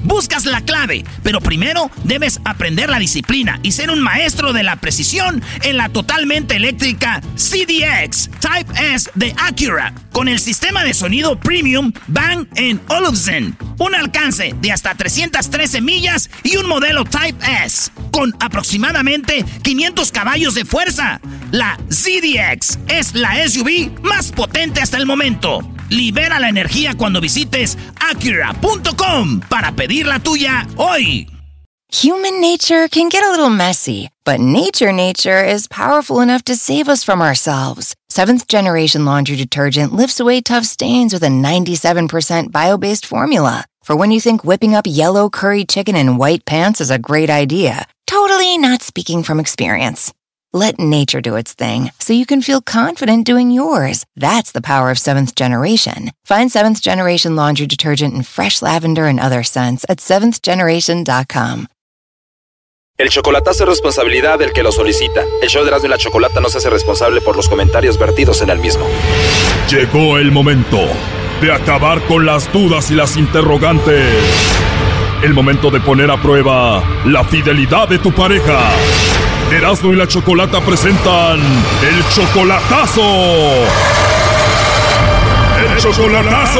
buscas la clave, pero primero debes aprender la disciplina y ser un maestro de la precisión en la totalmente eléctrica CDX Type S de Acura, con el sistema de sonido Premium Bang & Olufsen, un alcance de hasta 313 millas y un modelo Type S con aproximadamente 500 caballos de fuerza. La ZDX es la SUV más potente hasta el momento. Libera la energía cuando visites Acura.com para pedir la tuya hoy. Human nature can get a little messy, but nature is powerful enough to save us from ourselves. Seventh Generation Laundry Detergent lifts away tough stains with a 97% bio-based formula. For when you think whipping up yellow curry chicken in white pants is a great idea. Totally not speaking from experience. Let nature do its thing so you can feel confident doing yours. That's the power of Seventh Generation. Find Seventh Generation Laundry Detergent in fresh lavender and other scents at seventhgeneration.com. El chocolatazo es responsabilidad del que lo solicita. El show de Erasmo y la Chocolata no se hace responsable por los comentarios vertidos en el mismo. Llegó el momento de acabar con las dudas y las interrogantes. El momento de poner a prueba la fidelidad de tu pareja. Erasmo y la Chocolata presentan El Chocolatazo. ¡El Chocolatazo!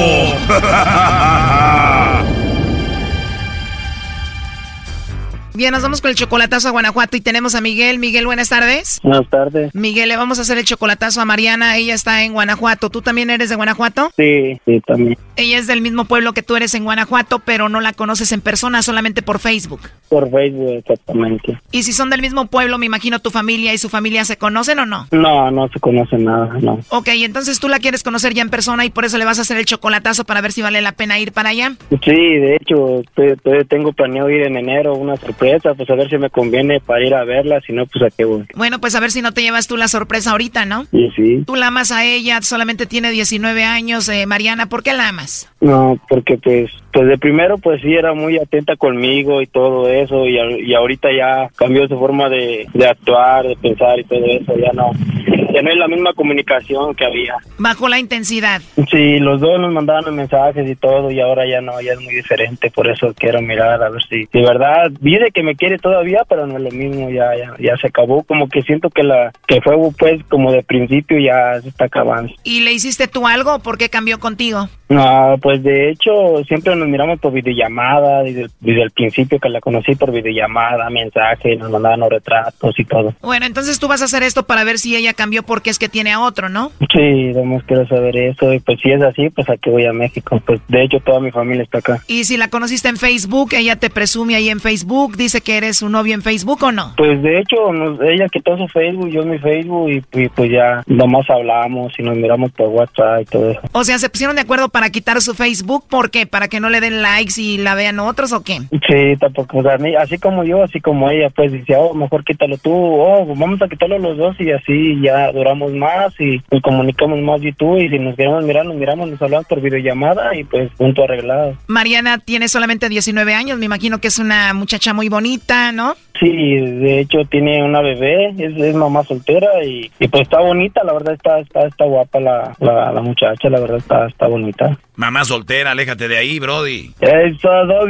Bien, nos vamos con el chocolatazo a Guanajuato y tenemos a Miguel. Miguel, buenas tardes. Buenas tardes. Miguel, le vamos a hacer el chocolatazo a Mariana. Ella está en Guanajuato. ¿Tú también eres de Guanajuato? Sí, también. Ella es del mismo pueblo que tú eres en Guanajuato, pero no la conoces en persona, solamente por Facebook. Por Facebook, exactamente. Y si son del mismo pueblo, me imagino tu familia y su familia se conocen ¿o no? No se conocen nada, no. Ok, entonces tú la quieres conocer ya en persona y por eso le vas a hacer el chocolatazo para ver si vale la pena ir para allá. Sí, de hecho, tengo planeado ir en enero, una sorpresa, pues a ver si me conviene para ir a verla, si no, pues a qué voy. Bueno, pues a ver si no te llevas tú la sorpresa ahorita, ¿no? Sí. Tú la amas a ella, solamente tiene 19 años, Mariana, ¿por qué la amas? No, porque pues de primero pues sí era muy atenta conmigo y todo eso, y ahorita ya cambió su forma de actuar, de pensar y todo eso, ya no es la misma comunicación que había. Bajó la intensidad. Sí, los dos nos mandaban mensajes y todo, y ahora ya no, ya es muy diferente, por eso quiero mirar a ver si de verdad dice que me quiere todavía, pero no es lo mismo, ya se acabó, como que siento que fue pues como de principio ya se está acabando. ¿Y le hiciste tú algo? ¿Por qué cambió contigo? No, pues de hecho siempre nos miramos por videollamada, desde el principio que la conocí por videollamada, mensaje, nos mandaban los retratos y todo. Bueno, entonces tú vas a hacer esto para ver si ella cambió porque es que tiene a otro, ¿no? Sí, además quiero saber eso, y pues si es así, pues aquí voy a México, pues de hecho toda mi familia está acá. ¿Y si la conociste en Facebook, ella te presume ahí en Facebook, dice que eres su novio en Facebook o no? Pues de hecho, ella quitó su Facebook, yo mi Facebook, y pues ya nomás hablamos y nos miramos por WhatsApp y todo eso. O sea, ¿se pusieron de acuerdo para quitar su Facebook? ¿Por qué? ¿Para que no le den likes y la vean otros o qué? Sí, tampoco, o sea, así como yo, así como ella, pues dice, mejor quítalo tú, vamos a quitarlo los dos y así ya duramos más y nos comunicamos más y tú, y si nos queremos mirar, nos hablamos por videollamada y pues punto arreglado. Mariana tiene solamente 19 años, me imagino que es una muchacha muy bonita, ¿no? Sí, de hecho tiene una bebé, es mamá soltera y pues está bonita, la verdad está guapa la muchacha, la verdad está bonita. Mamá soltera, aléjate de ahí, brody. Eso,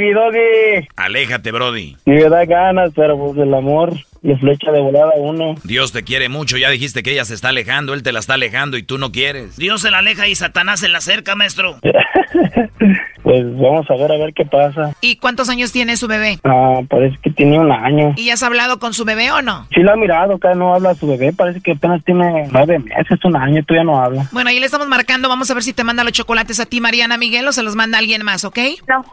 doggy. Aléjate, brody. Sí me da ganas, pero pues el amor le flecha de volada a uno. Dios te quiere mucho, ya dijiste que ella se está alejando, él te la está alejando y tú no quieres. Dios se la aleja y Satanás se la acerca, maestro. Pues vamos a ver qué pasa. ¿Y cuántos años tiene su bebé? Parece que tiene 1 año. ¿Y has hablado con su bebé o no? Sí la ha mirado, acá no habla su bebé, parece que apenas tiene 9 meses, 1 año, todavía no habla. Bueno, ahí le estamos marcando, vamos a ver si te manda los chocolates a ti, Mariana, Miguel, o se los manda alguien más, ¿ok? No.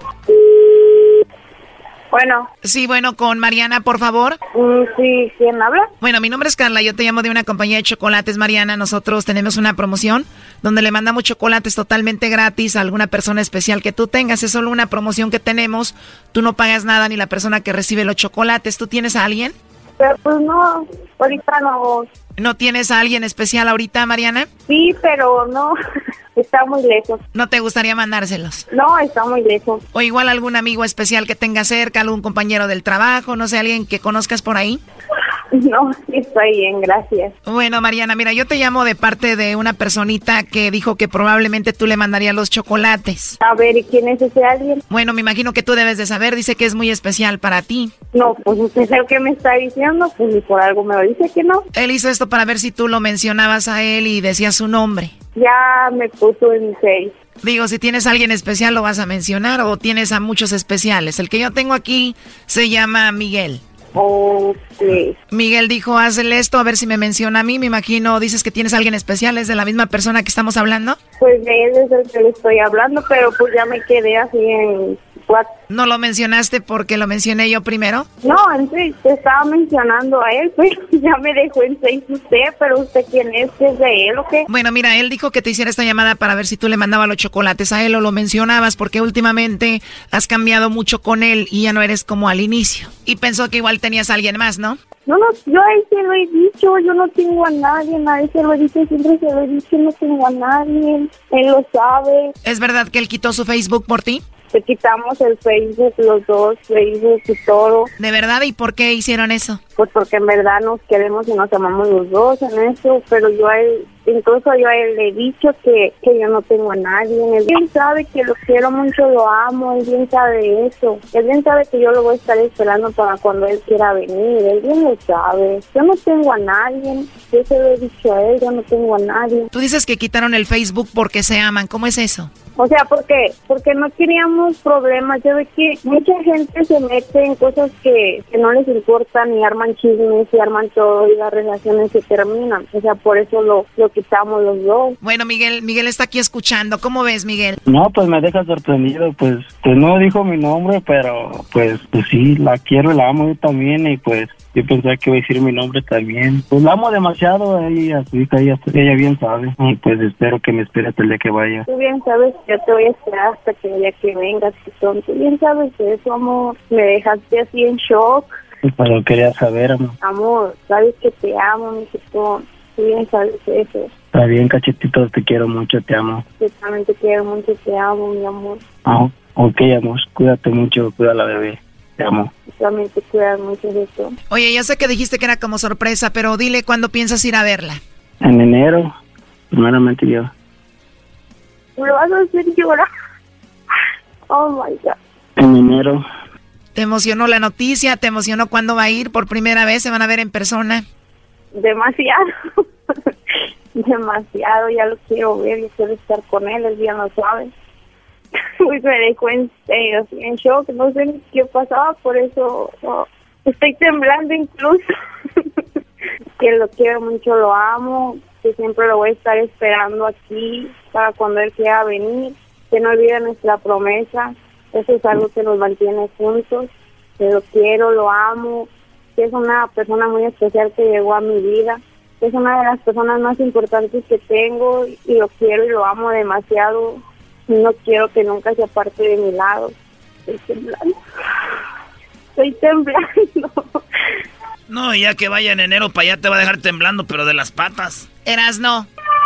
Bueno. Sí, bueno, con Mariana, por favor. Sí, ¿quién habla? Bueno, mi nombre es Carla, yo te llamo de una compañía de chocolates, Mariana. Nosotros tenemos una promoción donde le mandamos chocolates totalmente gratis a alguna persona especial que tú tengas. Es solo una promoción que tenemos. Tú no pagas nada ni la persona que recibe los chocolates. ¿Tú tienes a alguien? Pero pues no, ahorita no. ¿No tienes a alguien especial ahorita, Mariana? Sí, pero no, está muy lejos. ¿No te gustaría mandárselos? No, está muy lejos. O igual algún amigo especial que tengas cerca, algún compañero del trabajo, no sé, alguien que conozcas por ahí. No, estoy bien, gracias. Bueno, Mariana, mira, yo te llamo de parte de una personita que dijo que probablemente tú le mandarías los chocolates. A ver, ¿y quién es ese alguien? Bueno, me imagino que tú debes de saber, dice que es muy especial para ti. No, pues usted sabe qué me está diciendo, pues ni por algo me lo dice que no. Él hizo esto para ver si tú lo mencionabas a él y decías su nombre. Ya me puso en 6. Digo, si tienes a alguien especial, ¿lo vas a mencionar o tienes a muchos especiales? El que yo tengo aquí se llama Miguel. Okay. Miguel dijo, hazle esto, a ver si me menciona a mí. Me imagino, dices que tienes a alguien especial, ¿es de la misma persona que estamos hablando? Pues de él es el que le estoy hablando, pero pues ya me quedé así en 4. ¿No lo mencionaste porque lo mencioné yo primero? No, entonces te estaba mencionando a él, pues ya me dejó en 6 usted, pero ¿usted quién es? ¿Es de él o qué? Bueno, mira, él dijo que te hiciera esta llamada para ver si tú le mandabas los chocolates a él o lo mencionabas, porque últimamente has cambiado mucho con él y ya no eres como al inicio. Y pensó que igual tenías a alguien más, ¿no? No, yo a él se lo he dicho, yo no tengo a nadie, a él se lo he dicho, siempre se lo he dicho, no tengo a nadie, él lo sabe. ¿Es verdad que él quitó su Facebook por ti? Te quitamos el Facebook, los dos, Facebook y todo. ¿De verdad? ¿Y por qué hicieron eso? Pues porque en verdad nos queremos y nos amamos los dos en eso, pero yo a él, incluso yo a él le he dicho que yo no tengo a nadie. Él bien sabe que lo quiero mucho, lo amo, él bien sabe eso. Él bien sabe que yo lo voy a estar esperando para cuando él quiera venir, él bien lo sabe. Yo no tengo a nadie, yo se lo he dicho a él, yo no tengo a nadie. Tú dices que quitaron el Facebook porque se aman, ¿cómo es eso? O sea, porque no queríamos problemas. Yo veo que mucha gente se mete en cosas que no les importan y arman chismes y arman todo y las relaciones se terminan. O sea, por eso lo quitamos los dos. Bueno, Miguel está aquí escuchando. ¿Cómo ves, Miguel? No, pues me deja sorprendido. Pues no dijo mi nombre, pero pues sí, la quiero y la amo yo también y pues yo pensaba que iba a decir mi nombre también. Pues la amo demasiado a ella, su hija, ella bien sabe. Y pues espero que me espere hasta el día que vaya. Tú bien sabes que yo te voy a esperar hasta que el día que vengas, Tú bien sabes de eso, amor. Me dejaste así en shock. Pero quería saber, amor. Amor, sabes que te amo, mi chico. Tú bien sabes de eso. Está bien, cachetito, te quiero mucho, te amo. Yo también te quiero mucho, te amo, mi amor. Ah, ok, amor, cuídate mucho, cuida a la bebé. Te amo. También te cuidas mucho de eso. Oye, yo sé que dijiste que era como sorpresa, pero dile cuándo piensas ir a verla. En enero, primeramente yo. Me vas a hacer llorar. Oh my God. En enero. ¿Te emocionó la noticia? ¿Te emocionó cuándo va a ir por primera vez? ¿Se van a ver en persona? Demasiado. Demasiado, ya lo quiero ver, yo quiero estar con él ya lo sabe. Pues me dejó en shock, no sé ni qué pasaba, por eso estoy temblando incluso. Que lo quiero mucho, lo amo, que siempre lo voy a estar esperando aquí para cuando él quiera venir, que no olvide nuestra promesa, eso es algo que nos mantiene juntos, que lo quiero, lo amo, que es una persona muy especial que llegó a mi vida, que es una de las personas más importantes que tengo y lo quiero y lo amo demasiado. No quiero que nunca se aparte de mi lado. Estoy temblando. Estoy temblando. No, ya que vaya en enero para allá te va a dejar temblando, pero de las patas. Erasno.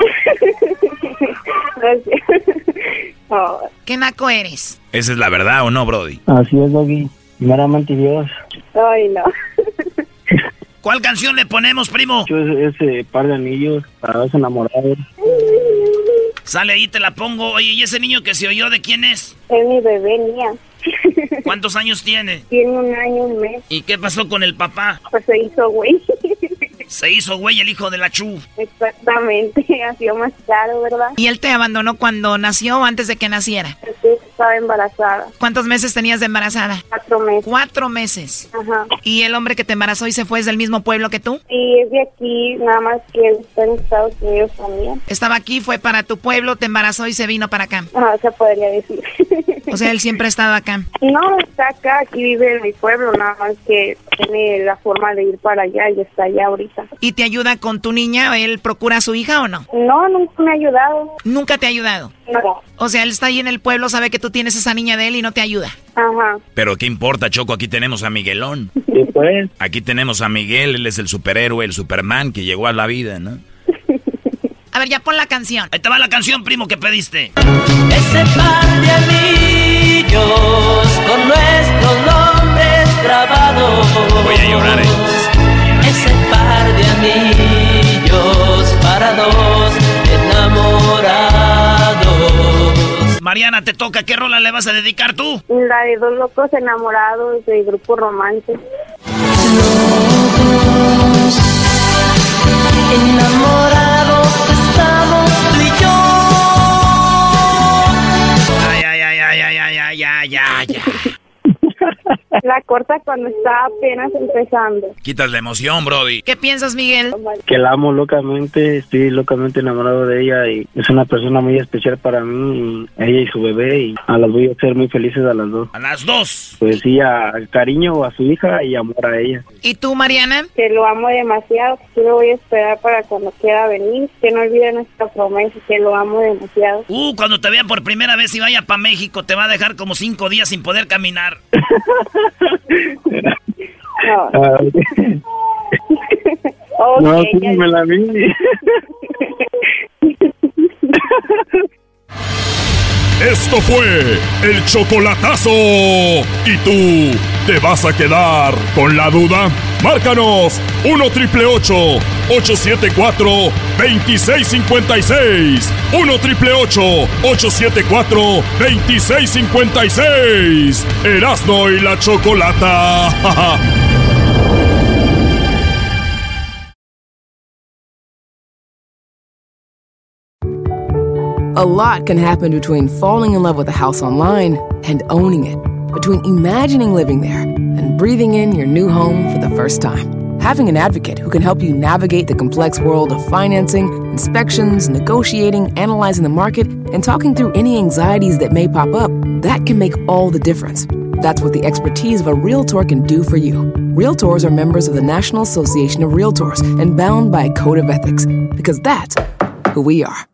Gracias. Oh. ¿Qué naco eres? ¿Esa es la verdad o no, Brody? Así es, Doggy. Primeramente Dios. Ay, no. ¿Cuál canción le ponemos, primo? Ese par de anillos para dos enamorados. Sale ahí, te la pongo. Oye, ¿y ese niño que se oyó de quién es? Es mi bebé, mía. ¿Cuántos años tiene? Tiene 1 año, 1 mes. ¿Y qué pasó con el papá? Pues se hizo güey. Se hizo güey el hijo de la Chu. Exactamente, ha sido más caro, ¿verdad? ¿Y él te abandonó cuando nació o antes de que naciera? Sí, estaba embarazada. ¿Cuántos meses tenías de embarazada? 4 meses. 4 meses. Ajá. ¿Y el hombre que te embarazó y se fue es del mismo pueblo que tú? Y es de aquí, nada más que él está en Estados Unidos también. Estaba aquí, fue para tu pueblo, te embarazó y se vino para acá. Ajá, se podría decir. O sea, él siempre ha estado acá. No, está acá, aquí vive en mi pueblo, nada más que tiene la forma de ir para allá y está allá ahorita. ¿Y te ayuda con tu niña? ¿Él procura a su hija o no? No, nunca me ha ayudado. ¿Nunca te ha ayudado? No. O sea, él está ahí en el pueblo, sabe que tú tienes esa niña de él y no te ayuda. Ajá. Pero ¿qué importa, Choco? Aquí tenemos a Miguelón. ¿Y pues? Aquí tenemos a Miguel, él es el superhéroe, el Superman que llegó a la vida, ¿no? A ver, ya pon la canción. Ahí te va la canción, primo, que pediste. Ese par de anillos con nuestros nombres grabados. Voy a llorar, Ese Mariana, te toca. ¿Qué rola le vas a dedicar tú? La de Dos Locos Enamorados de Grupo Romance. Enamorados estamos tú y yo. Ya. La corta cuando está apenas empezando. Quitas la emoción, brody. ¿Qué piensas, Miguel? Que la amo locamente, estoy locamente enamorado de ella y es una persona muy especial para mí, y ella y su bebé, y las voy a hacer muy felices a las dos. A las dos. Pues sí, cariño a su hija y amor a ella. ¿Y tú, Mariana? Que lo amo demasiado, que lo voy a esperar para cuando quiera venir, que no olvide nuestra promesa, que lo amo demasiado. Cuando te vea por primera vez y vaya para México, te va a dejar como 5 días sin poder caminar. No. No, Okay, sí, me la vi. Esto fue el chocolatazo. ¿Y tú te vas a quedar con la duda? Márcanos 1-888-874-2656. 1-888-874-2656. Erasmo y la Chocolata. A lot can happen between falling in love with a house online and owning it. Between imagining living there and breathing in your new home for the first time. Having an advocate who can help you navigate the complex world of financing, inspections, negotiating, analyzing the market, and talking through any anxieties that may pop up, that can make all the difference. That's what the expertise of a Realtor can do for you. Realtors are members of the National Association of Realtors and bound by a code of ethics, because that's who we are.